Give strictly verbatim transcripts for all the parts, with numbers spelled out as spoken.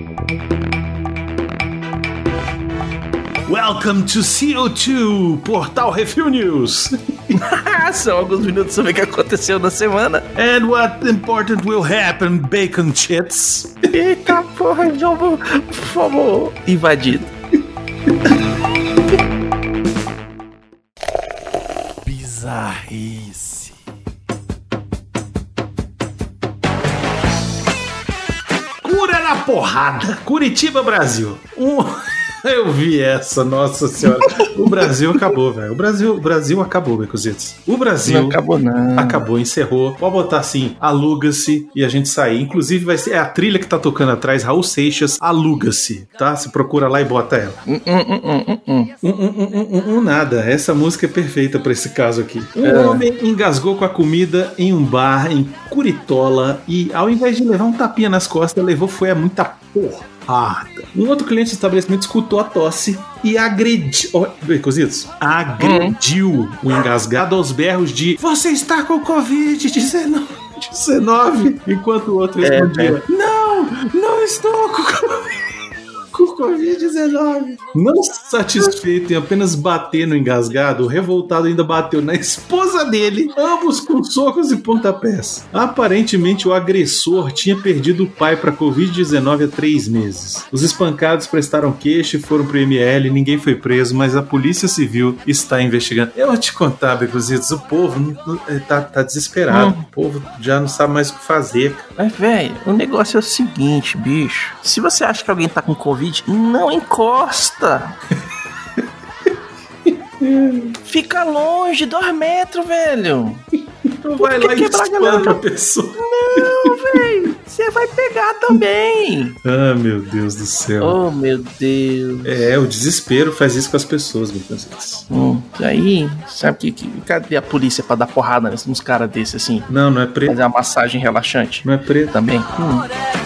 Welcome to C O dois, Portal Refil News. São alguns minutos sobre o que aconteceu na semana. And what important will happen, Bacon Chits? Eita porra, jogo, por favor, invadido. Bizarrice. Cura na porrada. Curitiba, Brasil. Um... Eu vi essa, nossa senhora. O Brasil acabou, velho. O Brasil, o Brasil acabou, Becozitos. O Brasil... Não acabou, não. Acabou, encerrou. Pode botar assim, aluga-se e a gente sair. Inclusive, vai ser é a trilha que tá tocando atrás, Raul Seixas, aluga-se, tá? Se procura lá e bota ela. Hum, hum, hum, hum, hum. Hum, hum, hum, hum, hum, nada. Essa música é perfeita pra esse caso aqui. Um é. homem engasgou com a comida em um bar em Curitola e, ao invés de levar um tapinha nas costas, levou foi a muita porra. Ah, um outro cliente do estabelecimento escutou a tosse e agrediu, oh, Becozitos, agrediu uhum. o engasgado aos berros de "Você está com covid dezenove", enquanto o outro respondia: é, é. "Não, não estou com covid com covid dezenove". Não satisfeito em apenas bater no engasgado, o revoltado ainda bateu na esposa dele, ambos com socos e pontapés. Aparentemente, o agressor tinha perdido o pai para covid dezenove há três meses. Os espancados prestaram queixa e foram pro M L, ninguém foi preso, mas a Polícia Civil está investigando. Eu vou te contar, Becozitos, o povo tá, tá desesperado. Hum. O povo já não sabe mais o que fazer. Mas, velho, o negócio é o seguinte, bicho. Se você acha que alguém tá com covid, não encosta. Fica longe, dois metros, velho. Tu vai lá e espanca a pessoa. Não, velho. Você vai pegar também. Ah, meu Deus do céu. Oh, meu Deus. É, o desespero faz isso com as pessoas, meu Deus. Hum, aí, sabe que, que cadê a polícia pra dar porrada nos caras desses assim? Não, não é preto. Fazer uma massagem relaxante? Não é preto. Também? Hum.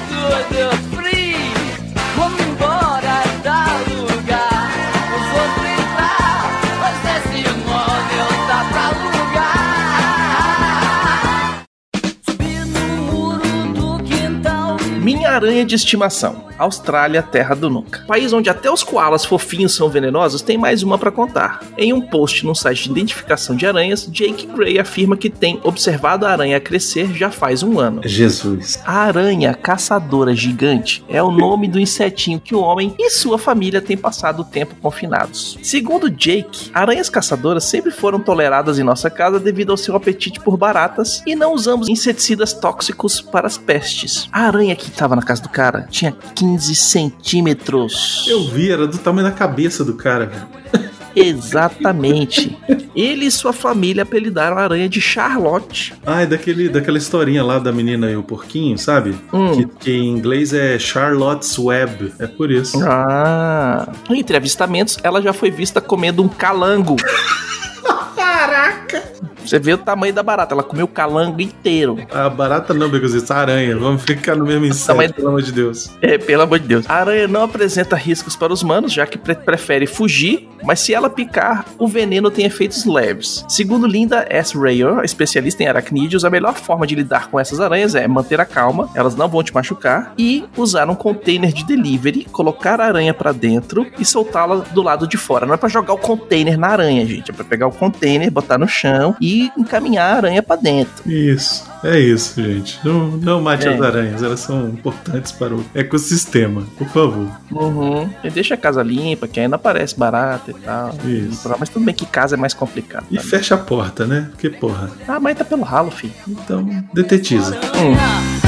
Minha aranha de estimação. Austrália, terra do nunca. País onde até os koalas fofinhos são venenosos, tem mais uma pra contar. Em um post no site de identificação de aranhas, Jake Gray afirma que tem observado a aranha crescer já faz um ano. Jesus. A aranha caçadora gigante é o nome do insetinho que o homem e sua família têm passado o tempo confinados. Segundo Jake, aranhas caçadoras sempre foram toleradas em nossa casa devido ao seu apetite por baratas e não usamos inseticidas tóxicos para as pestes. A aranha que estava na casa do cara tinha quinze centímetros. Eu vi, era do tamanho da cabeça do cara, velho. Exatamente. Ele e sua família apelidaram a aranha de Charlotte. Ah, é daquele, daquela historinha lá da menina e o porquinho, sabe? Hum. Que, que em inglês é Charlotte's Web. É por isso. Ah. Entre avistamentos, ela já foi vista comendo um calango. Caraca! Você vê o tamanho da barata, ela comeu o calango inteiro. A barata não, Becozitos, a aranha. Vamos ficar no mesmo inseto, tamanho... pelo amor de Deus. É, pelo amor de Deus. A aranha não apresenta riscos para os humanos, já que pre- prefere fugir, mas se ela picar, o veneno tem efeitos leves. Segundo Linda S. Rayer, especialista em aracnídeos, a melhor forma de lidar com essas aranhas é manter a calma, elas não vão te machucar, e usar um container de delivery, colocar a aranha pra dentro e soltá-la do lado de fora. Não é pra jogar o container na aranha, gente, é pra pegar o container, botar no chão e encaminhar a aranha pra dentro. Isso, é isso, gente. Não, não mate é. as aranhas, elas são importantes para o ecossistema, por favor. Uhum. E deixa a casa limpa, que ainda aparece barata e tal. Isso. Mas tudo bem que casa é mais complicado. E também. fecha a porta, né? Porque, porra. Ah, mas tá pelo ralo, filho. Então, detetiza. Hum.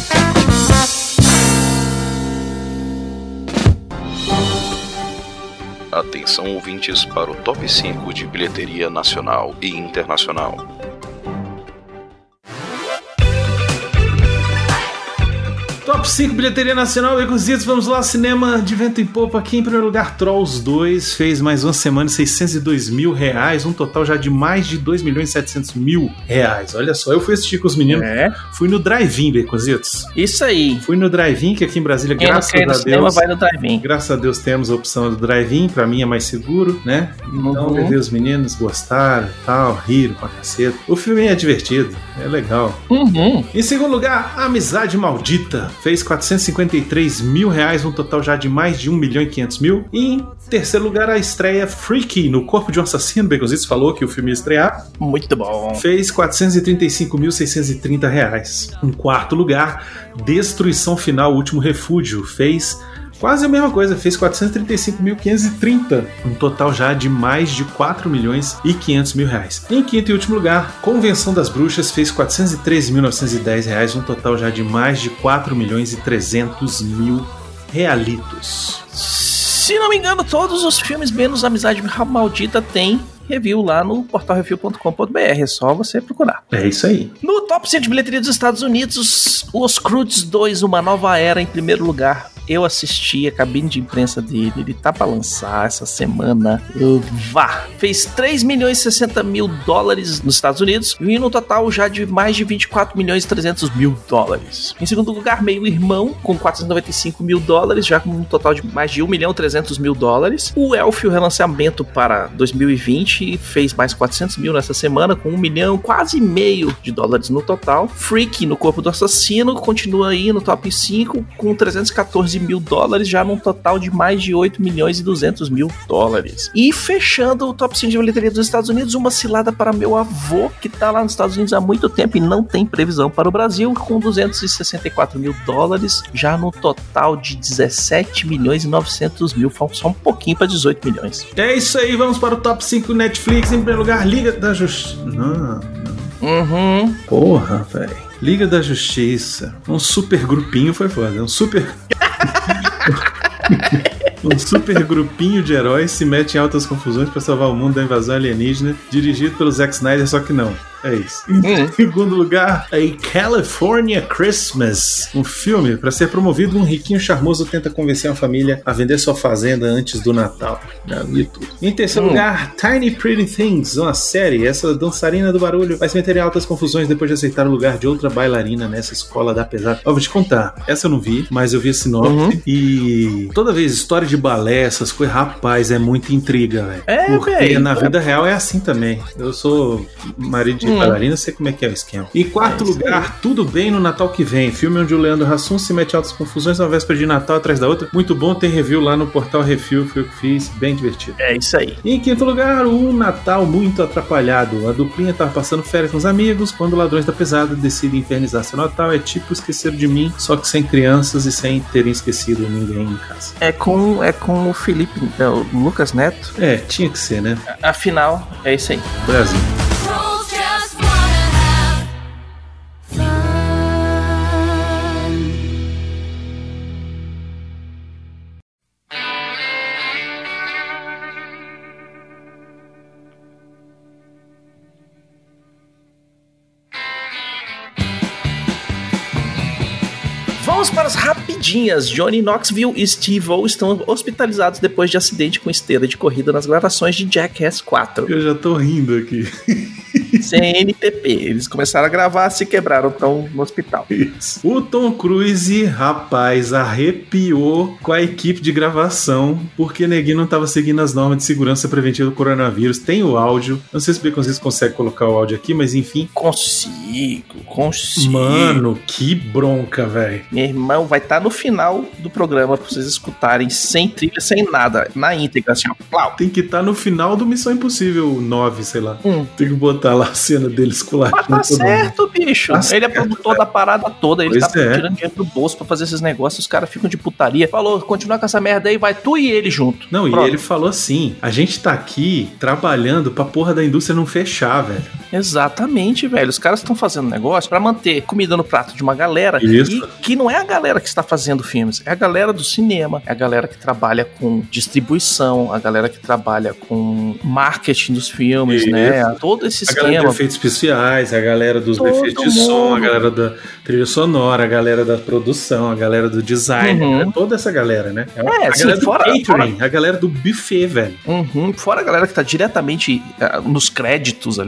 Atenção, ouvintes, para o top cinco de bilheteria nacional e internacional. Top cinco, bilheteria nacional, Becozitos, vamos lá, cinema de vento em popa aqui. Em primeiro lugar, Trolls dois, fez mais uma semana e seiscentos e dois mil reais, um total já de mais de dois milhões e setecentos mil reais. Olha só, eu fui assistir com os meninos, é. fui no drive-in, Becozitos. Isso aí. Fui no drive-in, que aqui em Brasília, Quem graças não quer a no Deus, cinema, vai no drive-in. Graças a Deus temos a opção do drive-in, pra mim é mais seguro, né? Então, uhum. levei os meninos, gostaram e tal, riram pra caceta. O filme é divertido, é legal. Uhum. Em segundo lugar, Amizade Maldita, fez fez quatrocentos e cinquenta e três mil reais, um total já de mais de um milhão e quinhentos mil. E em terceiro lugar, a estreia Freaky, no Corpo de um Assassino. Baconzitos falou que o filme ia estrear. Muito bom. Fez quatrocentos e trinta e cinco mil seiscentos e trinta reais. Em quarto lugar, Destruição Final, Último Refúgio, fez quase a mesma coisa, fez quatrocentos e trinta e cinco mil quinhentos e trinta, um total já de mais de quatro milhões e quinhentos mil reais. Em quinto e último lugar, Convenção das Bruxas, fez quatrocentos e treze mil novecentos e dez reais, um total já de mais de quatro milhões e trezentos mil realitos. Se não me engano, todos os filmes menos Amizade Maldita tem review lá no portal review ponto com ponto b r, é só você procurar. É isso aí. No top cem de bilheteria dos Estados Unidos, Os Croods dois, Uma Nova Era, em primeiro lugar. Eu assisti a cabine de imprensa dele, ele tá pra lançar essa semana. Eu vá! Fez três milhões e sessenta mil dólares nos Estados Unidos e no total já de mais de vinte e quatro milhões e trezentos mil dólares. Em segundo lugar, Meio Irmão, com quatrocentos e noventa e cinco mil dólares, já com um total de mais de um milhão e trezentos mil dólares. O Elfio, relançamento para dois mil e vinte, fez mais quatrocentos mil nessa semana, com um milhão, quase meio de dólares no total. Freaky, no Corpo do Assassino, continua aí no top cinco, com trezentos e quatorze mil dólares, já num total de mais de oito milhões e duzentos mil dólares. E fechando o top cem de bilheteria dos Estados Unidos, uma cilada para meu avô, que tá lá nos Estados Unidos há muito tempo e não tem previsão para o Brasil, com duzentos e sessenta e quatro mil dólares, já no total de dezessete milhões e novecentos mil, falta só um pouquinho para dezoito milhões. É isso aí, vamos para o top cinco Netflix. Em primeiro lugar, Liga da Justiça. Não, não. Uhum. Porra, velho. Liga da Justiça. Um super grupinho foi foda. Um super... Um super grupinho de heróis se mete em altas confusões para salvar o mundo da invasão alienígena, dirigido pelo Zack Snyder, só que não. É isso. Em hum. segundo lugar, A California Christmas, um filme para ser promovido. Um riquinho charmoso tenta convencer uma família a vender sua fazenda antes do Natal. YouTube. Em terceiro hum. lugar, Tiny Pretty Things, uma série. Essa dançarina do barulho vai se meter em altas confusões depois de aceitar o lugar de outra bailarina nessa escola da pesada. Ó, vou te contar, essa eu não vi, mas eu vi a sinopse uhum. e toda vez história de balé, essas coisas, rapaz, é muita intriga, velho. É, porque véio. na vida real é assim também. Eu sou marido de hum. bailarina, sei como é que é o esquema. Em quarto é lugar, aí. Tudo Bem no Natal que Vem, filme onde o Leandro Hassum se mete em altas confusões na véspera de Natal atrás da outra. Muito bom, tem review lá no portal Refil, foi o que fiz, bem divertido. É isso aí. E em quinto lugar, Um Natal Muito Atrapalhado. A duplinha tava passando férias com os amigos quando ladrões da pesada decidem infernizar seu Natal. É tipo Esqueceram de Mim, só que sem crianças e sem terem esquecido ninguém em casa. É com, é com o Felipe, não, o Lucas Neto. É, tinha que ser, né? Afinal, é isso aí. Brasil. Vamos para as rapidinhas. Johnny Knoxville e Steve-O estão hospitalizados depois de acidente com esteira de corrida nas gravações de Jackass quatro. Eu já tô rindo aqui. C N T P. Eles começaram a gravar, se quebraram, estão no hospital. Isso. O Tom Cruise, rapaz, arrepiou com a equipe de gravação porque neguinho não tava seguindo as normas de segurança preventiva do coronavírus. Tem o áudio. Não sei se o Baconzitos consegue colocar o áudio aqui, mas enfim. Consigo, consigo. Mano, que bronca, velho. Meu irmão, vai estar tá no final do programa pra vocês escutarem sem trilha, sem nada, na íntegra, assim, ó. Plau. Tem que estar tá no final do Missão Impossível nove, sei lá. Hum. Tem que botar lá a cena deles com lá. Mas tá certo, mundo. bicho. Tá ele certo, é produtor cara. da parada toda. Ele pois tá é. tirando dinheiro do bolso pra fazer esses negócios. Os caras ficam de putaria. Falou, continua com essa merda aí, vai tu e ele junto. Não, Pronto. E ele falou assim: a gente tá aqui trabalhando pra porra da indústria não fechar, velho. Exatamente, velho. Os caras estão fazendo negócio pra manter comida no prato de uma galera. Isso. E que não é a galera que está fazendo filmes, é a galera do cinema, é a galera que trabalha com distribuição, a galera que trabalha com marketing dos filmes, Isso. né? Todo esse esquema. A galera de efeitos especiais, a galera dos Todo efeitos de mundo. som, a galera da trilha sonora, a galera da produção, a galera do design, uhum. né? Toda essa galera, né? É, a assim, galera do fora, catering, fora... a galera do buffet, velho. Uhum. Fora a galera que tá diretamente uh, nos créditos ali do filme,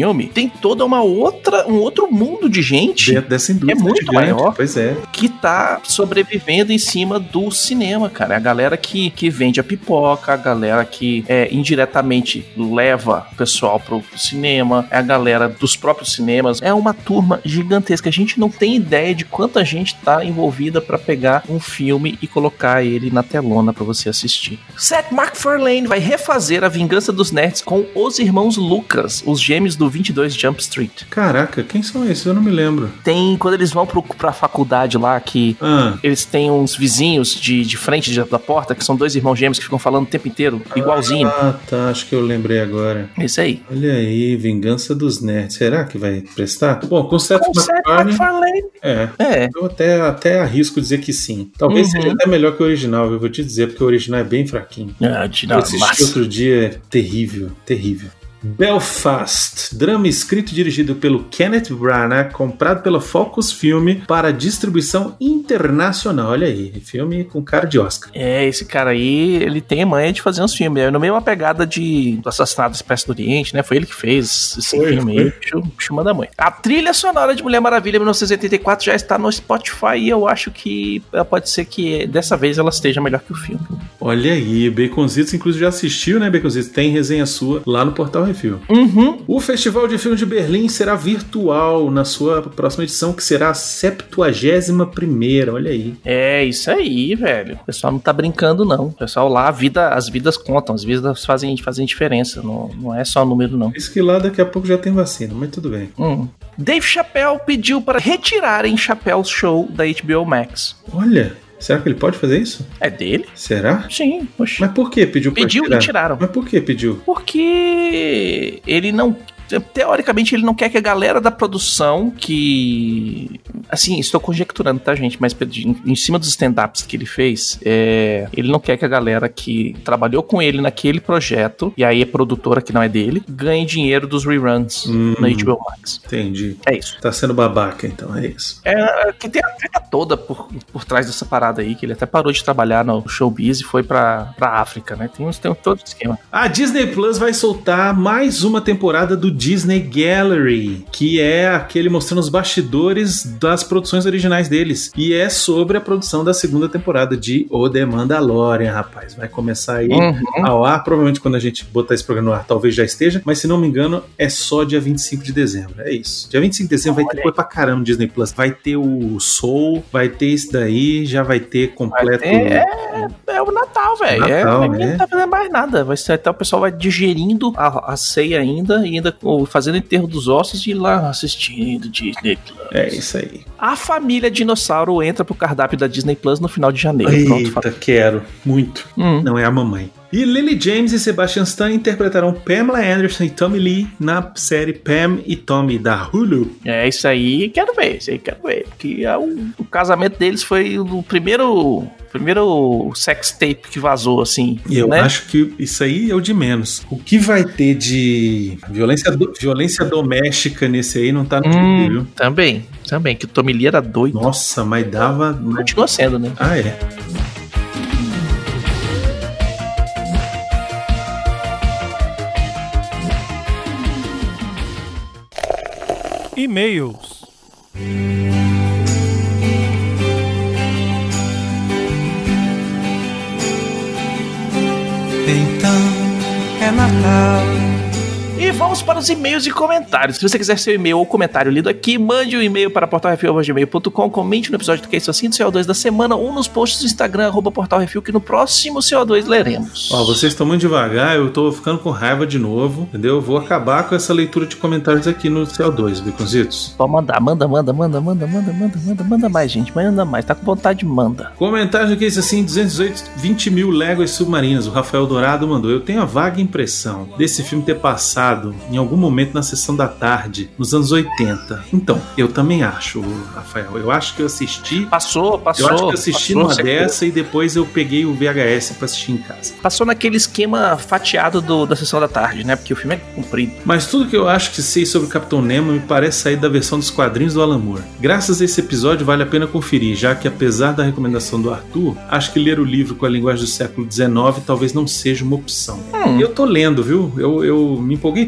filme, tem toda uma outra, um outro mundo de gente. Dentro dessa indústria é muito gigante, maior. Pois é. Que tá sobrevivendo em cima do cinema, cara. É a galera que, que vende a pipoca, a galera que é, indiretamente leva o pessoal pro cinema, é a galera dos próprios cinemas. É uma turma gigantesca. A gente não tem ideia de quanta gente tá envolvida pra pegar um filme e colocar ele na telona pra você assistir. Seth MacFarlane vai refazer A Vingança dos Nerds com os irmãos Lucas, os gêmeos do vinte e dois Jump Street. Caraca, quem são esses? Eu não me lembro. Tem, quando eles vão pro, pra faculdade lá, que ah. eles têm uns vizinhos de, de frente de, da porta, que são dois irmãos gêmeos que ficam falando o tempo inteiro, igualzinho. Ah, tá, acho que eu lembrei agora. Esse aí. Olha aí, Vingança dos Nerds. Será que vai prestar? Bom, com Seth MacFarlane... MacFarlane. É, é. Eu até, até arrisco dizer que sim. Talvez uhum. seja até melhor que o original, eu vou te dizer, porque o original é bem fraquinho. Ah, original, eu assisti outro dia, é terrível, terrível. Belfast, drama escrito e dirigido pelo Kenneth Branagh, comprado pela Focus Film para distribuição internacional. Olha aí, filme com cara de Oscar. É, esse cara aí, ele tem a manha de fazer uns filmes. É no meio uma pegada de do Assassinato da Espécie do Oriente, né? Foi ele que fez esse foi, filme foi. aí. Bicho, bicho manda mãe. A trilha sonora de Mulher Maravilha mil novecentos e oitenta e quatro já está no Spotify e eu acho que pode ser que dessa vez ela esteja melhor que o filme. Olha aí, Baconzitos, inclusive já assistiu, né, Baconzitos? Tem resenha sua lá no Portal Refil. Uhum. O Festival de Filmes de Berlim será virtual na sua próxima edição, que será a septuagésima primeira, olha aí. É, isso aí, velho. O pessoal não tá brincando, não. O pessoal lá, a vida, as vidas contam, as vidas fazem, fazem diferença, não, não é só número, não. Isso que lá daqui a pouco já tem vacina, mas tudo bem. Hum. Dave Chappelle pediu para retirarem Chappelle's Show da H B O Max. Olha... Será que ele pode fazer isso? É dele? Será? Sim. Oxe. Mas por que pediu pra Pediu tirar? e tiraram. Mas por que pediu? Porque ele não... Teoricamente, ele não quer que a galera da produção que... Assim, estou conjecturando, tá, gente? Mas em cima dos stand-ups que ele fez, é, ele não quer que a galera que trabalhou com ele naquele projeto, e aí é produtora que não é dele, ganhe dinheiro dos reruns hum, na H B O Max. Entendi. É isso. Tá sendo babaca, então, é isso. É, que tem a treta toda por, por trás dessa parada aí, que ele até parou de trabalhar no showbiz e foi pra, pra África, né? Tem, tem todo o esquema. A Disney Plus vai soltar mais uma temporada do Disney Gallery, que é aquele mostrando os bastidores das produções originais deles. E é sobre a produção da segunda temporada de O The Mandalorian, rapaz. Vai começar aí uhum. ao ar. Provavelmente quando a gente botar esse programa no ar, talvez já esteja. Mas se não me engano, é só dia vinte e cinco de dezembro. É isso. Dia vinte e cinco de dezembro Olha vai ter coisa pra caramba no Disney Plus. Vai ter o Soul, vai ter isso daí, já vai ter completo... Vai ter, é, é o Natal, velho. É, é. Não tá fazendo mais nada. Vai ser, até o pessoal vai digerindo a, a ceia ainda, e ainda fazendo enterro dos ossos e ir lá assistindo Disney Plus. É isso aí. A família Dinossauro entra pro cardápio da Disney Plus no final de janeiro. Eita, Pronto, quero. Muito. Hum. Não é a mamãe. E Lily James e Sebastian Stan interpretarão Pamela Anderson e Tommy Lee na série Pam e Tommy da Hulu. É isso aí, quero ver, isso aí quero ver. Porque é o, o casamento deles foi o primeiro, primeiro sex tape que vazou, assim. E eu né? acho que isso aí é o de menos. O que vai ter de violência, do, violência doméstica nesse aí não tá no hum, filme, viu? Também, também, que o Tommy Lee era doido. Nossa, mas dava... Continua sendo, né? Ah, é. E-mails. Então é Natal. E vamos para os e-mails e comentários. Se você quiser seu e-mail ou comentário lido aqui, mande um e-mail para portal refil arroba gmail ponto com, comente no episódio do Que é Isso Assim do C O dois da semana ou nos posts do Instagram, arroba portalrefil, que no próximo C O dois leremos. Ó, vocês estão muito devagar, eu tô ficando com raiva de novo, entendeu? Eu vou acabar com essa leitura de comentários aqui no C O dois, Baconzitos. Pode mandar, manda, manda, manda, manda, manda, manda, manda, manda mais, gente, manda mais, tá com vontade, manda. Comentário do Que é Isso Assim, duzentos e dezoito, vinte mil léguas submarinas, o Rafael Dourado mandou. Eu tenho a vaga impressão desse filme ter passado em algum momento na sessão da tarde, nos anos oitenta. Então, eu também acho, Rafael. Eu acho que eu assisti... Passou, passou. Eu acho que eu assisti passou, numa dessa e depois eu peguei o V H S pra assistir em casa. Passou naquele esquema fatiado do, da sessão da tarde, né? Porque o filme é comprido. Mas tudo que eu acho que sei sobre o Capitão Nemo me parece sair da versão dos quadrinhos do Alan Moore. Graças a esse episódio vale a pena conferir, já que apesar da recomendação do Arthur, acho que ler o livro com a linguagem do século dezenove talvez não seja uma opção. Hum. E eu tô lendo, viu? Eu, eu me empolguei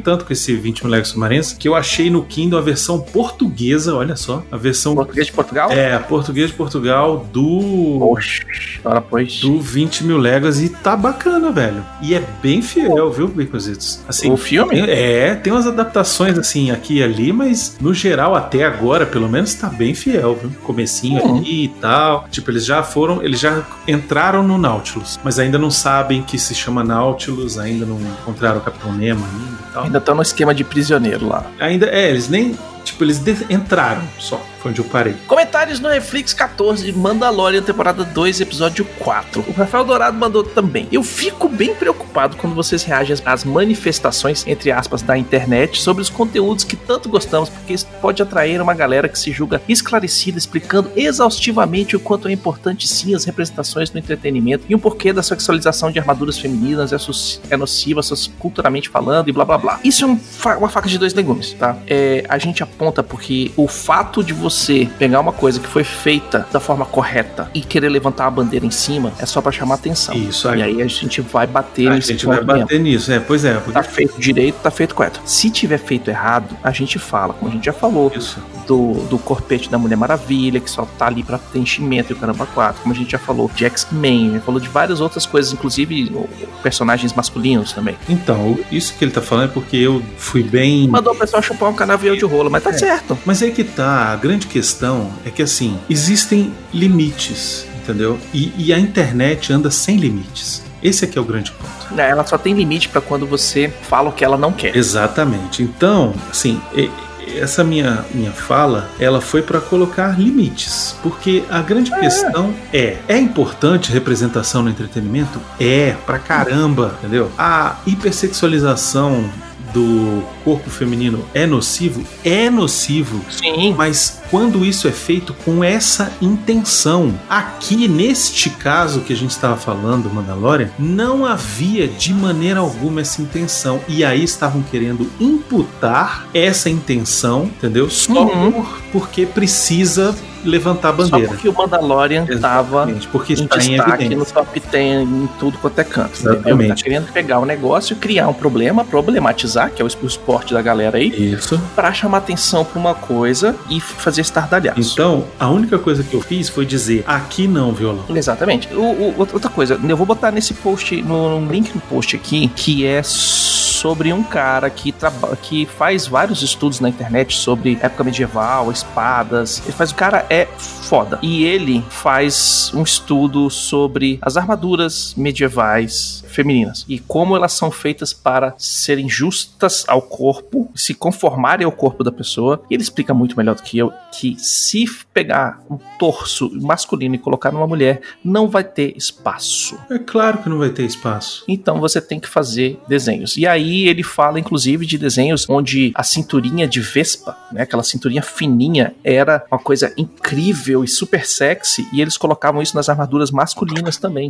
tanto com esse vinte mil léguas submarinas que eu achei no Kindle a versão portuguesa, olha só, a versão... Português de Portugal? É, português de Portugal do... Oxe, ora pois. Do vinte mil léguas e tá bacana, velho. E é bem fiel, viu, Baconzitos? Assim, o filme? É, tem umas adaptações assim aqui e ali, mas no geral até agora, pelo menos, tá bem fiel, viu? Comecinho uhum. ali e tal. Tipo, eles já foram, eles já entraram no Nautilus, mas ainda não sabem que se chama Nautilus, ainda não encontraram o Capitão Nemo ainda e tal. Ainda estão no esquema de prisioneiro lá. Ainda, é, eles nem... Tipo, eles de- entraram só. Foi onde eu parei. Comentários no Netflix catorze, Mandalorian, temporada dois, episódio quatro. O Rafael Dourado mandou também. Eu fico bem preocupado quando vocês reagem às manifestações, entre aspas, da internet sobre os conteúdos que tanto gostamos, porque isso pode atrair uma galera que se julga esclarecida, explicando exaustivamente o quanto é importante sim as representações no entretenimento e o porquê da sexualização de armaduras femininas é, so- é nociva culturalmente falando e blá blá blá. Isso é um fa- uma faca de dois legumes, tá? É, a gente aponta porque o fato de você pegar uma coisa que foi feita da forma correta e querer levantar a bandeira em cima é só pra chamar atenção. Isso aí. E aí a gente vai bater A nesse gente vai bater nisso, é, pois é. Porque... Tá feito direito, tá feito correto. Se tiver feito errado, a gente fala, como a gente já falou, Isso. do, do corpete da Mulher Maravilha, que só tá ali pra ter enchimento e o caramba quatro, como a gente já falou de X-Men, já falou de várias outras coisas, inclusive o, personagens masculinos também. Então, isso que ele tá falando é porque eu fui bem... Mandou o pessoal chupar um canavial de rola, mas tá É. certo. Mas aí que tá, a grande questão é que assim, existem limites, entendeu? E, e a internet anda sem limites. Esse aqui é o grande ponto. Ela só tem limite pra quando você fala o que ela não quer. Exatamente. Então, assim, e- essa minha, minha fala, ela foi para colocar limites, porque a grande é. questão é, é importante representação no entretenimento? É, pra caramba, entendeu? A hipersexualização do corpo feminino é nocivo? É nocivo. Sim. Mas quando isso é feito com essa intenção, aqui neste caso que a gente estava falando, Mandalorian, não havia de maneira alguma essa intenção. E aí estavam querendo imputar essa intenção, entendeu? Só Uhum. por, porque precisa levantar a bandeira. Só porque o Mandalorian estava porque em está em destaque evidência. no top dez em tudo quanto é canto. Exatamente. Entendeu? Tá querendo pegar o negócio, criar um problema, problematizar, que é o esporte da galera aí, Isso. pra chamar atenção pra uma coisa e fazer estardalhaço. Então, a única coisa que eu fiz foi dizer, aqui não, violão. Exatamente. O, o, outra coisa, eu vou botar nesse post, no, no link no post aqui, que é sobre um cara que, traba- que faz vários estudos na internet sobre época medieval, espadas. Ele faz, o cara é foda. E ele faz um estudo sobre as armaduras medievais femininas e como elas são feitas para serem justas ao corpo, se conformarem ao corpo da pessoa. E ele explica muito melhor do que eu que se pegar um torso masculino e colocar numa mulher, não vai ter espaço. É claro que não vai ter espaço. Então você tem que fazer desenhos. E aí ele fala, inclusive, de desenhos onde a cinturinha de Vespa, né, aquela cinturinha fininha, era uma coisa incrível e super sexy, e eles colocavam isso nas armaduras masculinas também.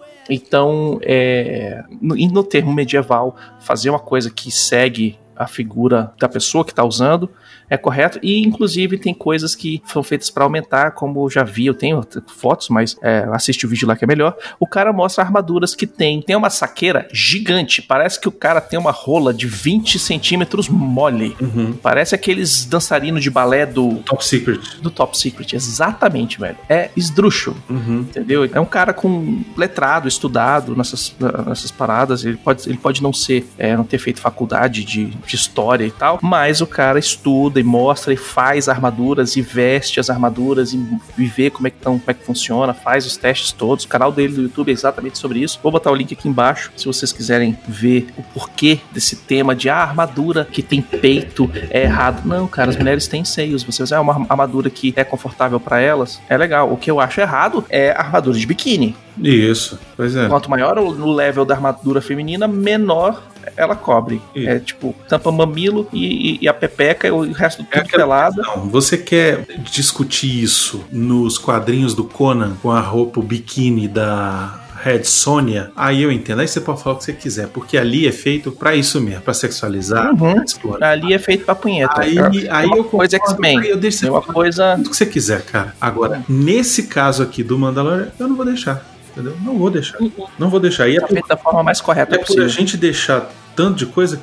Então, é, no, no termo medieval, fazer uma coisa que segue a figura da pessoa que está usando é correto, e inclusive tem coisas que são feitas para aumentar, como eu já vi, eu tenho fotos, mas é, assiste o vídeo lá que é melhor. O cara mostra armaduras que tem, tem uma saqueira gigante, parece que o cara tem uma rola de vinte centímetros mole, Uhum. parece aqueles dançarinos de balé do Top Secret. do Top Secret, exatamente, velho, é esdrúxulo. Uhum. Entendeu? É um cara com letrado, estudado nessas, nessas paradas. Ele pode, ele pode não ser, é, não ter feito faculdade de, de história e tal, mas o cara estuda e mostra e faz armaduras e veste as armaduras e, e vê como é, que tão, como é que funciona, faz os testes todos. O canal dele do YouTube é exatamente sobre isso. Vou botar o link aqui embaixo se vocês quiserem ver o porquê desse tema de ah, a armadura que tem peito é errado. Não, cara, as mulheres têm seios. Você usar uma armadura que é confortável pra elas, é legal. O que eu acho errado é a armadura de biquíni. Isso, pois é. Quanto maior o level da armadura feminina, menor ela cobre. Isso. É tipo, tampa mamilo e, e- e a pepeca e o resto do É tudo aquela pelada. questão, você quer discutir isso nos quadrinhos do Conan com a roupa o biquíni da Red Sonja? Aí eu entendo. Aí você pode falar o que você quiser, porque ali é feito pra isso mesmo, pra sexualizar, Uhum. pra explorar. Ali é feito pra punheta. Aí, é aí uma eu coisa concordo, X-Men. aí eu deixo você É uma falar coisa. tudo que você quiser, cara. Agora, nesse caso aqui do Mandalorian, eu não vou deixar. Entendeu? Não vou deixar. Não vou deixar. E é Tá por, feito da forma mais correta é por a possível. gente deixar tanto de coisa que o,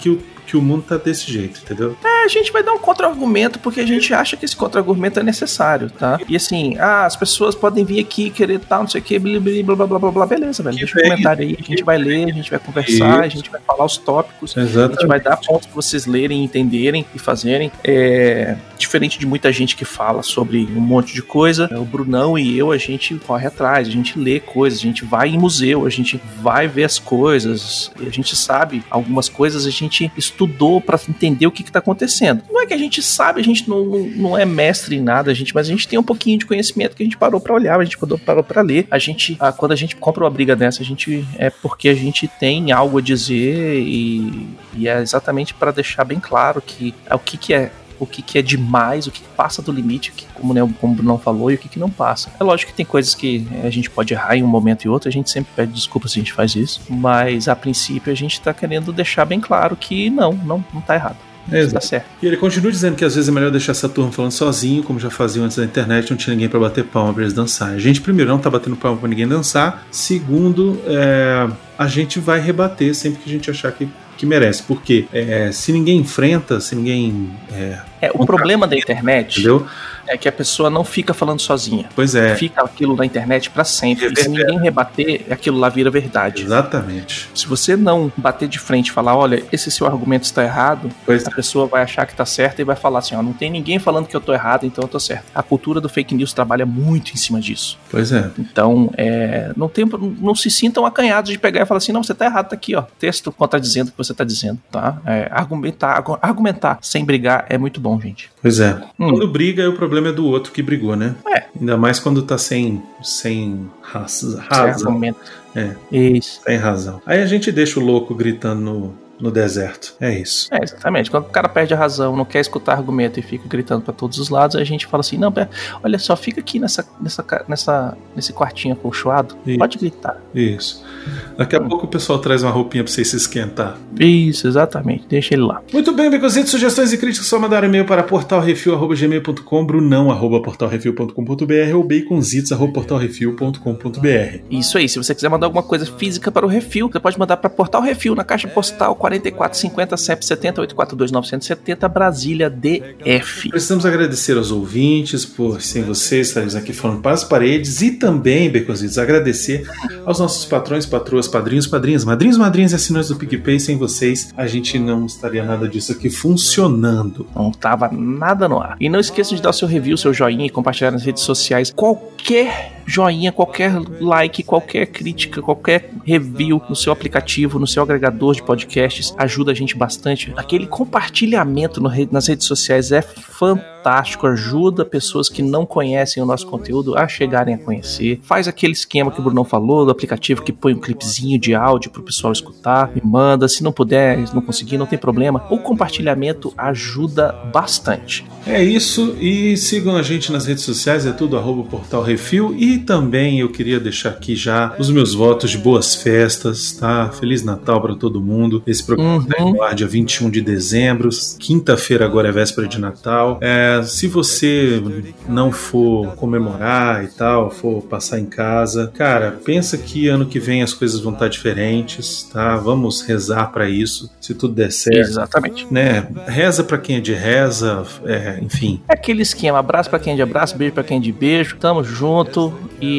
que o mundo tá desse jeito, entendeu? É, a gente vai dar um contra-argumento porque a gente acha que esse contra-argumento é necessário, tá? E assim, ah, as pessoas podem vir aqui querer tal, não sei o que, blá, blá, blá, blá, blá, blá, beleza, velho. Deixa um comentário aí, a gente vai ler, a gente vai conversar, a gente vai falar os tópicos, Exatamente. A gente vai dar pontos pra vocês lerem, entenderem e fazerem. É, diferente de muita gente que fala sobre um monte de coisa, o Brunão e eu, a gente corre atrás, a gente lê coisas, a gente vai em museu, a gente vai ver as coisas, a gente sabe algumas coisas, a gente estudou pra entender o que que tá acontecendo. Não é que a gente sabe, a gente não, não é mestre em nada, a gente, mas a gente tem um pouquinho de conhecimento que a gente parou pra olhar, a gente parou pra ler. A gente, ah, quando a gente compra uma briga dessa, a gente é porque a gente tem algo a dizer e, e é exatamente pra deixar bem claro que é o que que é o que, que é demais, o que passa do limite, o que, como, né, como o Bruno falou, e o que, que não passa. É lógico que tem coisas que a gente pode errar em um momento e outro, a gente sempre pede desculpa se a gente faz isso, mas a princípio a gente tá querendo deixar bem claro que não, não, não tá errado. Exato. Tá certo. E ele continua dizendo que às vezes é melhor deixar essa turma falando sozinho, como já faziam antes da internet, não tinha ninguém pra bater palma pra eles dançarem. A gente, primeiro, não tá batendo palma pra ninguém dançar. Segundo, é, a gente vai rebater sempre que a gente achar que, que merece. Porque é, se ninguém enfrenta, se ninguém... É, é o problema da internet... Entendeu? É que a pessoa não fica falando sozinha. Pois é. Fica aquilo na internet pra sempre. É e se ninguém rebater, aquilo lá vira verdade. Exatamente. Se você não bater de frente e falar, olha, esse seu argumento está errado, pois a é. pessoa vai achar que tá certa e vai falar assim, ó, não tem ninguém falando que eu tô errado, então eu tô certo. A cultura do fake news trabalha muito em cima disso. Pois é. Então, é, não, tem, não se sintam acanhados de pegar e falar assim, não, você tá errado, tá aqui, ó, texto contradizendo o que você tá dizendo, tá? É, argumentar, argumentar sem brigar é muito bom, gente. Pois é. Hum. Quando briga, o problema é do outro que brigou, né? É. Ainda mais quando tá sem, sem razão. razão. É. Isso. Sem razão. Aí a gente deixa o louco gritando no, no deserto. É isso. É, exatamente. Quando o cara perde a razão, não quer escutar argumento e fica gritando pra todos os lados, a gente fala assim, não, pera, olha só, fica aqui nessa, nessa, nessa, nesse quartinho acolchoado, isso. Pode gritar. Isso. Daqui a hum. pouco o pessoal traz uma roupinha pra você se esquentar. Isso, exatamente. Deixa ele lá. Muito bem, Becositos, sugestões e críticas, só mandar um e-mail para portal refil arroba gmail ponto com, brunão arroba portal refil ponto com ponto b r ou baconzitos arroba portal refil ponto com ponto b r. Isso aí, se você quiser mandar alguma coisa física para o Refil, você pode mandar para Portal Refil, na caixa postal quarenta e quatro cinquenta, C E P setenta, oito quatro dois, novecentos e setenta, Brasília, D F. Precisamos agradecer aos ouvintes por, sem vocês, estarmos aqui falando para as paredes, e também, Becositos, agradecer aos nossos patrões, patroas, padrinhos, padrinhas, madrinhos, madrinhas e assinantes do PicPay. Sem vocês, a gente não estaria nada disso aqui funcionando. Não tava nada no ar. E não esqueça de dar o seu review, seu joinha e compartilhar nas redes sociais. Qualquer joinha, qualquer like, qualquer crítica, qualquer review no seu aplicativo, no seu agregador de podcasts, ajuda a gente bastante. Aquele compartilhamento no, nas redes sociais é fantástico, ajuda pessoas que não conhecem o nosso conteúdo a chegarem a conhecer. Faz aquele esquema que o Brunão falou, do aplicativo que põe um clipezinho de áudio pro pessoal escutar, me manda, se não puder, se não conseguir, não tem problema. O compartilhamento ajuda bastante. É isso, e sigam a gente nas redes sociais, é tudo arroba Portal Refil, e também eu queria deixar aqui já os meus votos de boas festas, tá? Feliz Natal para todo mundo. Esse programa vai uhum. no ar dia vinte e um de dezembro, quinta-feira agora é véspera de Natal. É, se você não for comemorar e tal, for passar em casa, cara, pensa que ano que vem as coisas vão estar diferentes, tá? Vamos rezar para isso, se tudo der certo. Exatamente. Né? Reza para quem é de reza, é, enfim. É aquele esquema, abraço para quem é de abraço, beijo para quem é de beijo, tamo junto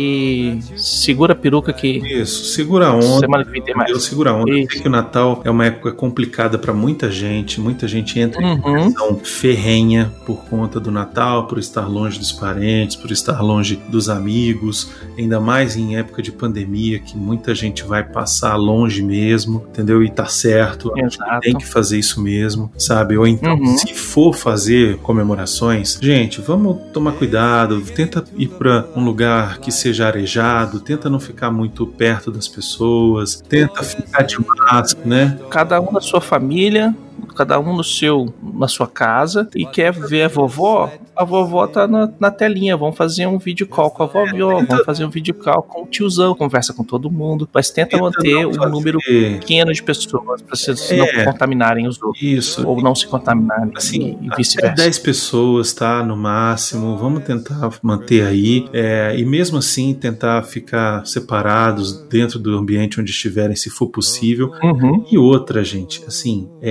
e segura a peruca que... Isso, segura a onda. Semana que vem tem mais. Eu seguro a onda. Eu sei que o Natal é uma época complicada para muita gente, muita gente entra em depressão uhum. ferrenha por conta do Natal, por estar longe dos parentes, por estar longe dos amigos, ainda mais em época de pandemia, que muita gente vai passar longe mesmo, entendeu? E tá certo, a gente tem que fazer isso mesmo, sabe? Ou então, uhum. se for fazer comemorações, gente, vamos tomar cuidado, tenta ir para um lugar que seja arejado, tenta não ficar muito perto das pessoas, tenta ficar de máscara, né? Cada um na sua família, cada um no seu, na sua casa, e quer ver a vovó, a vovó tá na, na telinha, vamos fazer um vídeo call com a vovó, é, vamos fazer um vídeo call com o tiozão, conversa com todo mundo, mas tenta, tenta manter um fazer... número pequeno de pessoas, para vocês é, não contaminarem os outros, isso. ou não se contaminarem, assim, e vice-versa. dez pessoas, tá, no máximo, vamos tentar manter aí, é, e mesmo assim tentar ficar separados dentro do ambiente onde estiverem, se for possível. Uhum. E outra, gente, assim, é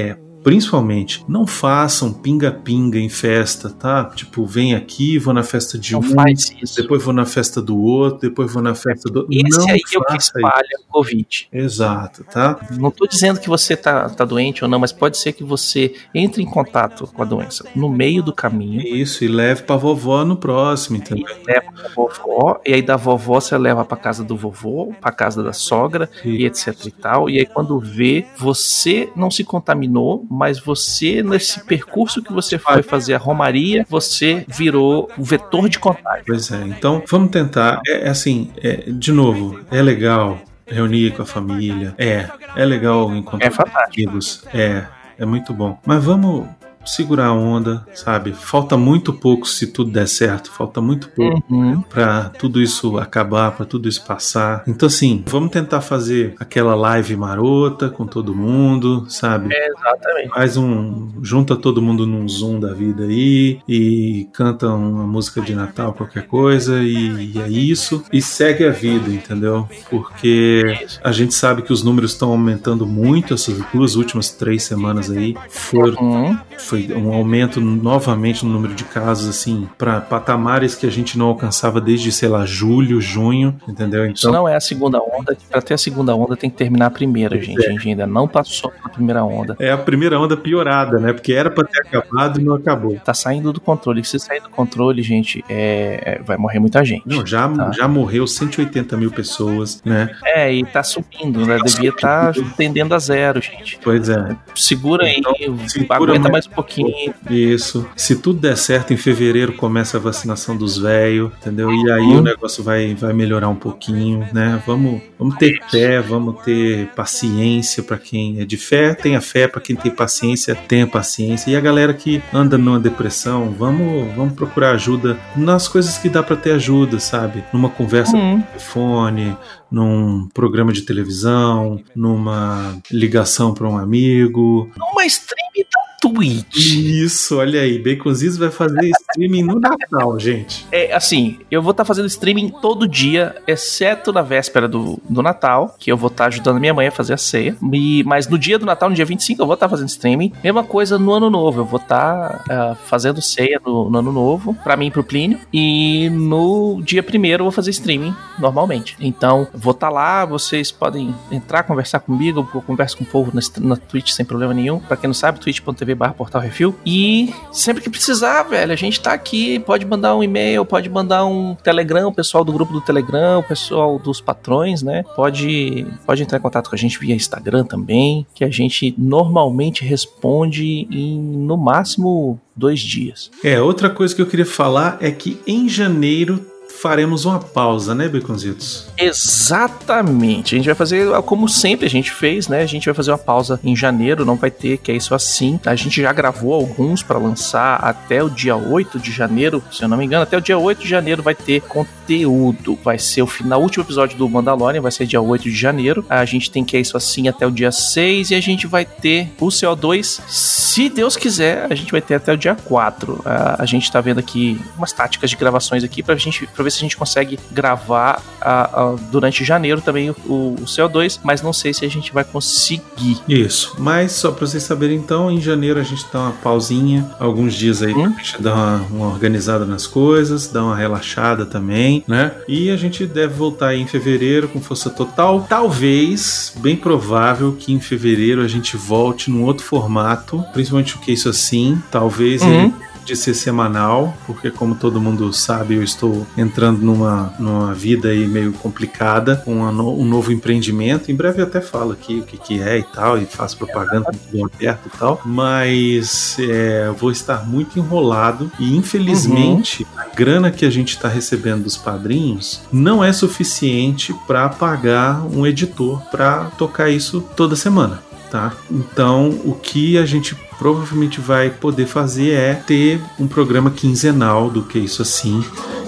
principalmente, não façam pinga-pinga em festa, tá? Tipo, vem aqui, vou na festa de não um, faz isso. depois vou na festa do outro, depois vou na festa do... Esse não aí é o que faça espalha isso. o Covid. Exato, tá? Não tô dizendo que você tá, tá doente ou não, mas pode ser que você entre em contato com a doença no meio do caminho. Isso, e leve pra vovó no próximo, entendeu? E leva pra vovó, e aí da vovó você leva pra casa do vovô, pra casa da sogra, E- e etc e tal. E aí quando vê, você não se contaminou, mas você, nesse percurso que você foi fazer a romaria, você virou o vetor de contágio. Pois é, então vamos tentar. É, é assim, é, de novo, é legal reunir com a família, é, é legal encontrar É fantástico. amigos, é, é muito bom. Mas vamos segurar a onda, sabe? Falta muito pouco se tudo der certo, falta muito pouco Uhum. pra tudo isso acabar, pra tudo isso passar. Então assim, vamos tentar fazer aquela live marota com todo mundo, sabe? É, exatamente. Faz um. Junta todo mundo num Zoom da vida aí e canta uma música de Natal, qualquer coisa, e, e é isso. E segue a vida, entendeu? Porque a gente sabe que os números estão aumentando muito essas duas últimas três semanas aí. Foram, Uhum. foi um aumento novamente no número de casos, assim, para patamares que a gente não alcançava desde, sei lá, julho, junho, entendeu? Isso Então, não é a segunda onda. Pra ter a segunda onda tem que terminar a primeira, gente. A gente ainda não passou pela primeira onda. é a primeira onda piorada, né? Porque era pra ter acabado e não acabou. Tá saindo do controle. Se sair do controle, gente, é... vai morrer muita gente. Não, já, Tá. já morreu cento e oitenta mil pessoas, né? É, e tá subindo, né? Devia estar tendendo a zero, gente. Pois é. Segura aí, Então, segura aguenta mais mais um pouquinho. Isso. Se tudo der certo, em fevereiro começa a vacinação dos velhos, entendeu? E aí Uhum. o negócio vai, vai melhorar um pouquinho, né? Vamos, vamos ter fé, vamos ter paciência para quem é de fé, tenha fé, para quem tem paciência, tenha paciência. E a galera que anda numa depressão, vamos, vamos procurar ajuda nas coisas que dá para ter ajuda, sabe? Numa conversa Uhum. no telefone, num programa de televisão, numa ligação para um amigo. Uma stream da Twitch. Isso, olha aí, Baconzitos vai fazer streaming no Natal, gente. É, assim, eu vou estar fazendo streaming todo dia, exceto na véspera do, do Natal, que eu vou estar ajudando minha mãe a fazer a ceia. E, mas no dia do Natal, no dia vinte e cinco, eu vou estar fazendo streaming. Mesma coisa no Ano Novo, eu vou estar uh, fazendo ceia no, no Ano Novo, pra mim e pro Plínio. E no dia primeiro eu vou fazer streaming normalmente. Então, vou estar lá, vocês podem entrar, conversar comigo, eu converso com o povo na, na Twitch sem problema nenhum. Pra quem não sabe, twitch ponto tv barra portal refil. E sempre que precisar, velho, a gente tá aqui, pode mandar um e-mail, pode mandar um Telegram, o pessoal do grupo do Telegram, o pessoal dos patrões, né? Pode, pode entrar em contato com a gente via Instagram também, que a gente normalmente responde em, no máximo, dois dias. É, outra coisa que eu queria falar é que em janeiro faremos uma pausa, né, Baconzitos? Exatamente. A gente vai fazer como sempre a gente fez, né? A gente vai fazer uma pausa em janeiro, não vai ter, que é isso assim. A gente já gravou alguns para lançar até o dia oito de janeiro, se eu não me engano. Até o dia oito de janeiro vai ter conteúdo. Vai ser o final, o último episódio do Mandalorian, vai ser dia oito de janeiro. A gente tem que é isso assim até o dia seis e a gente vai ter o C O dois, se Deus quiser, a gente vai ter até o dia quatro. A, a gente tá vendo aqui umas táticas de gravações aqui pra gente, pra ver se a gente consegue gravar a, a, durante janeiro também o, o, o C O dois, mas não sei se a gente vai conseguir. Isso, mas só pra vocês saberem então, em janeiro a gente dá uma pausinha, alguns dias aí Hum? pra gente dar uma, uma organizada nas coisas, dar uma relaxada também, né? E a gente deve voltar aí em fevereiro com força total. Talvez, bem provável que em fevereiro a gente volte num outro formato, principalmente o que é isso assim, talvez Uhum. ele de ser semanal, porque como todo mundo sabe, eu estou entrando numa, numa vida aí meio complicada, com uma no, um novo empreendimento. Em breve eu até falo aqui o que, que é e tal, e faço propaganda com tudo aberto e tal, mas é, eu vou estar muito enrolado e infelizmente uhum. a grana que a gente está recebendo dos padrinhos não é suficiente para pagar um editor para tocar isso toda semana. Tá? Então, o que a gente provavelmente vai poder fazer é ter um programa quinzenal do que isso assim.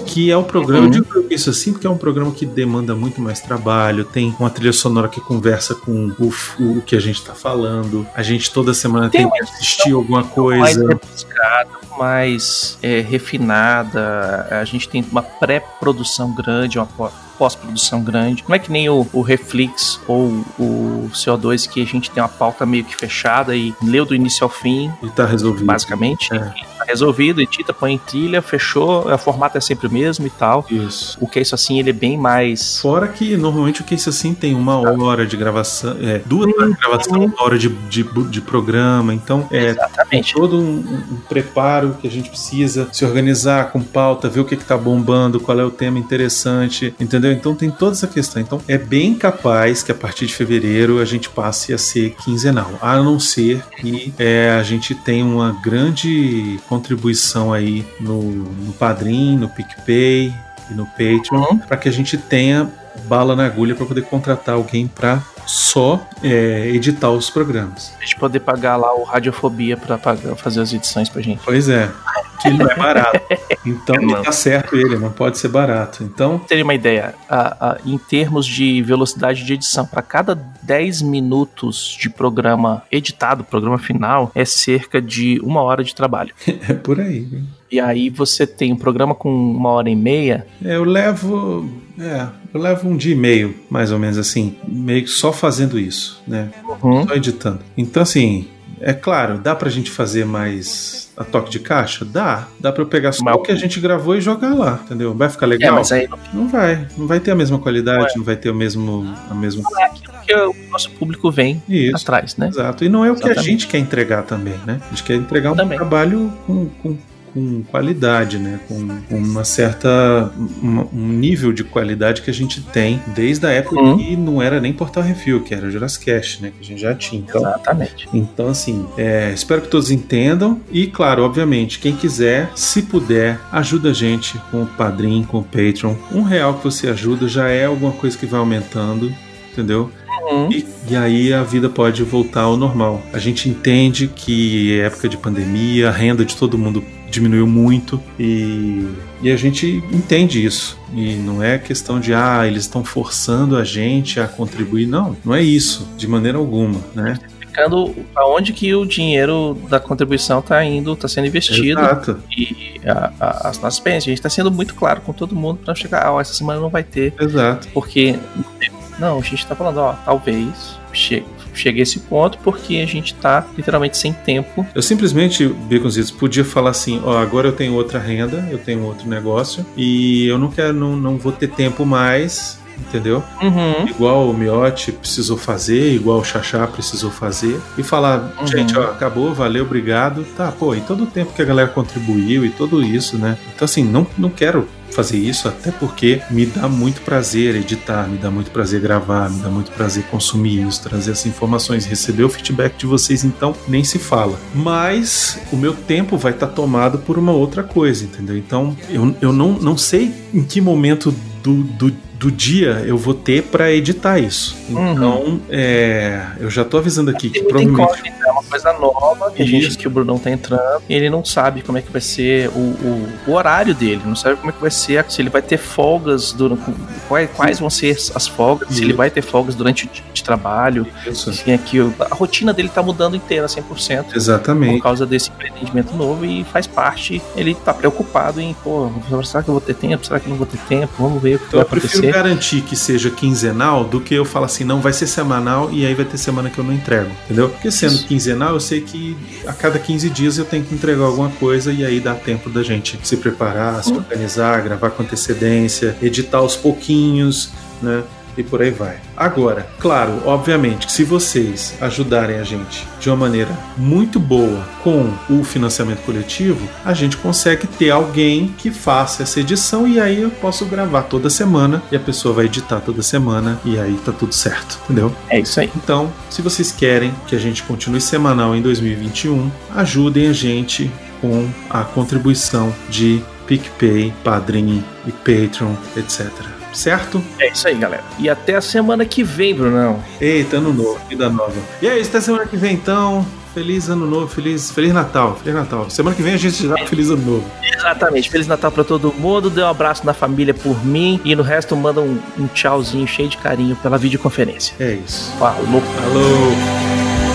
que é um programa, Uhum. eu digo isso assim, porque é um programa que demanda muito mais trabalho, tem uma trilha sonora que conversa com o, o que a gente tá falando, a gente toda semana tem, Tem que assistir alguma mais coisa. rebuscada, mais é, refinada. A gente tem uma pré-produção grande, uma pós-produção grande. Não é que nem o, o Reflex ou o C O dois, que a gente tem uma pauta meio que fechada e leu do início ao fim, E tá resolvido. basicamente. É. Tá resolvido, edita, põe em trilha, fechou, o formato é sempre o mesmo e tal. Isso. O que é isso assim, ele é bem mais... Fora que normalmente o que isso assim tem uma hora de gravação, é, duas horas de gravação, uma hora de, de, de programa, então é Exatamente. todo um, um preparo que a gente precisa se organizar com pauta, ver o que, que tá bombando, qual é o tema interessante, entendeu? Então tem toda essa questão. Então é bem capaz que a partir de fevereiro a gente passe a ser quinzenal, a não ser que é, a gente tenha uma grande contribuição aí no, no Padrim, no PicPay e no Patreon, Uhum. para que a gente tenha bala na agulha para poder contratar alguém para só é, editar os programas. A gente poder pagar lá o Radiofobia pra pagar, fazer as edições pra gente. Pois é, que não é barato. Então Não. tá certo ele, não pode ser barato. Então, Teria uma ideia, a, a, em termos de velocidade de edição, para cada dez minutos de programa editado, programa final, é cerca de uma hora de trabalho. é por aí. Viu? E aí você tem um programa com uma hora e meia. É, eu levo, é, eu levo um dia e meio, mais ou menos assim, meio que só fazendo isso, né? Uhum. Só editando. Então, assim, é claro, dá pra gente fazer mais a toque de caixa? Dá. Dá pra eu pegar só Mas- o que a gente gravou e jogar lá, entendeu? Vai ficar É, legal? mas aí não Não vai. Não vai ter a mesma qualidade, não vai ter o mesmo... A mesma... é aquilo que o nosso público vem Isso. atrás, né? Exato. E não é o que a Exatamente. gente quer entregar também, né? A gente quer entregar um Também. trabalho com... com com qualidade, né? Com com uma certa uma- um nível de qualidade que a gente tem desde a época Uhum. que não era nem Portal Review, que era o Jurassic Cast, né? Que a gente já tinha. Então, Exatamente. então assim, é, espero que todos entendam e, claro, obviamente, quem quiser, se puder, ajuda a gente com o Padrim, com o Patreon. Um real que você ajuda já é alguma coisa que vai aumentando, entendeu? Uhum. E, e aí a vida pode voltar ao normal. A gente entende que é época de pandemia, a renda de todo mundo diminuiu muito e, e a gente entende isso. E não é questão de, ah, eles estão forçando a gente a contribuir. Não, não é isso, de maneira alguma, né? Explicando aonde que o dinheiro da contribuição está indo, está sendo investido. Exato, E a- a- as nossas experiências. A gente está sendo muito claro com todo mundo para não chegar, ah, ó, essa semana não vai ter, exato. porque... Não, a gente está falando, ó, talvez chegue, chegue a esse ponto, porque a gente está literalmente sem tempo. Eu simplesmente, Baconzitos, podia falar assim, ó, agora eu tenho outra renda, eu tenho outro negócio e eu não quero, não, não vou ter tempo mais, entendeu? Uhum. Igual o Miotti precisou fazer, igual o Xaxá precisou fazer, e falar, Uhum. gente, ó, acabou, valeu, obrigado. Tá, pô, e todo o tempo que a galera contribuiu e tudo isso, né? Então, assim, não, não quero fazer isso, até porque me dá muito prazer editar, me dá muito prazer gravar, me dá muito prazer consumir isso, trazer essas informações, receber o feedback de vocês, então nem se fala. Mas o meu tempo vai estar tomado por uma outra coisa, entendeu? Então, eu, eu não, não sei em que momento do, do do dia eu vou ter pra editar isso. Então, Uhum. é, eu já tô avisando aqui que Tem muita provavelmente... incógnita, é uma coisa nova, que a gente, Isso. que o Brunão tá entrando, e ele não sabe como é que vai ser o, o, o horário dele, não sabe como é que vai ser, se ele vai ter folgas, durante, quais, quais vão ser as folgas, se ele vai ter folgas durante o dia de trabalho, Isso, assim, aqui, a rotina dele tá mudando inteira, cem por cento. Por exatamente. causa desse empreendimento novo, e faz parte, ele tá preocupado em, pô, será que eu vou ter tempo? Será que eu não vou ter tempo? Vamos ver o que Então vai eu prefiro acontecer. garantir que seja quinzenal do que eu falar assim, não, vai ser semanal e aí vai ter semana que eu não entrego, entendeu? Porque sendo Isso. quinzenal, eu sei que a cada quinze dias eu tenho que entregar alguma coisa e aí dá tempo da gente se preparar, se Uhum. organizar, gravar com antecedência, editar aos pouquinhos, né? E por aí vai. Agora, claro, obviamente, que se vocês ajudarem a gente de uma maneira muito boa com o financiamento coletivo, a gente consegue ter alguém que faça essa edição e aí eu posso gravar toda semana e a pessoa vai editar toda semana e aí tá tudo certo, entendeu? É isso aí. Então, se vocês querem que a gente continue semanal em dois mil e vinte e um, ajudem a gente com a contribuição de PicPay, Padrim e Patreon, etcétera. Certo? É isso aí, galera. E até a semana que vem, Brunão. Eita, ano novo, vida nova. E é isso, até semana que vem então. Feliz ano novo, feliz, feliz Natal, feliz Natal. Semana que vem a gente dá feliz ano novo. Exatamente, Feliz Natal pra todo mundo, dê um abraço na família por mim e no resto manda um, um tchauzinho cheio de carinho pela videoconferência. É isso. Falou. Falou.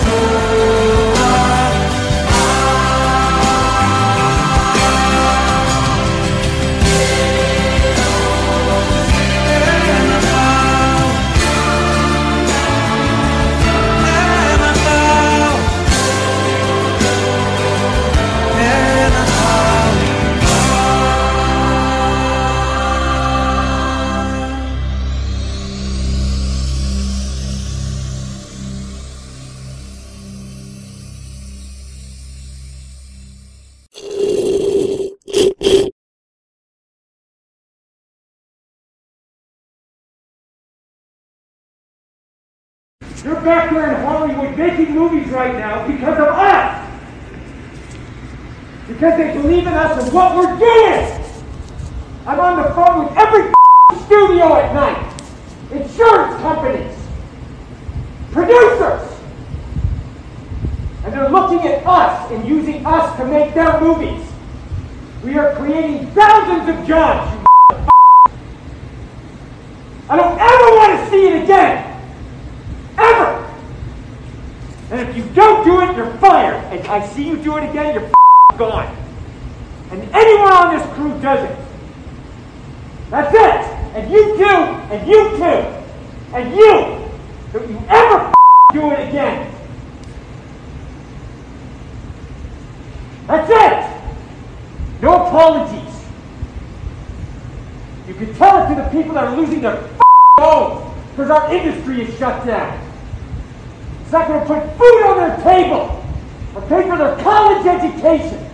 You're back there in Hollywood making movies right now because of us! Because they believe in us and what we're doing! I'm on the phone with every studio at night! Insurance companies! Producers! And they're looking at us and using us to make their movies! We are creating thousands of jobs, you I don't ever want to see it again! Ever! And if you don't do it, you're fired. And I see you do it again, you're gone. And anyone on this crew does it. That's it. And you too, and you too, and you. Don't you ever do it again. That's it. No apologies. You can tell it to the people that are losing their homes because our industry is shut down. It's not going to put food on their table or pay for their college education.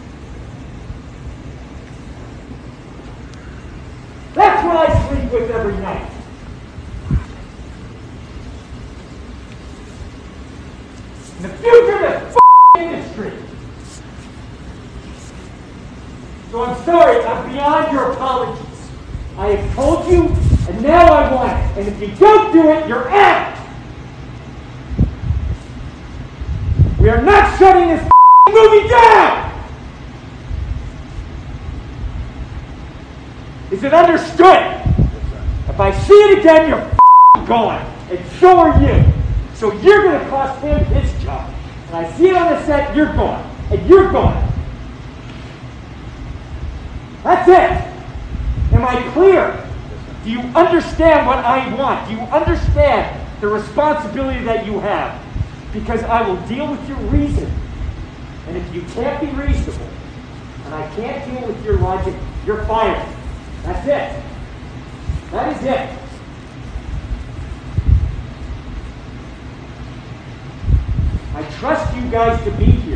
That's what I sleep with every night. And the future of this industry. So I'm sorry, I'm beyond your apologies. I have told you, and now I want it. And if you don't do it, you're out. We are not shutting this movie down! Is it understood? If I see it again, you're gone. And so are you. So you're going to cost him his job. And I see it on the set, you're gone. And you're gone. That's it. Am I clear? Do you understand what I want? Do you understand the responsibility that you have? Because I will deal with your reason. And if you can't be reasonable, and I can't deal with your logic, you're fired. That's it. That is it. I trust you guys to be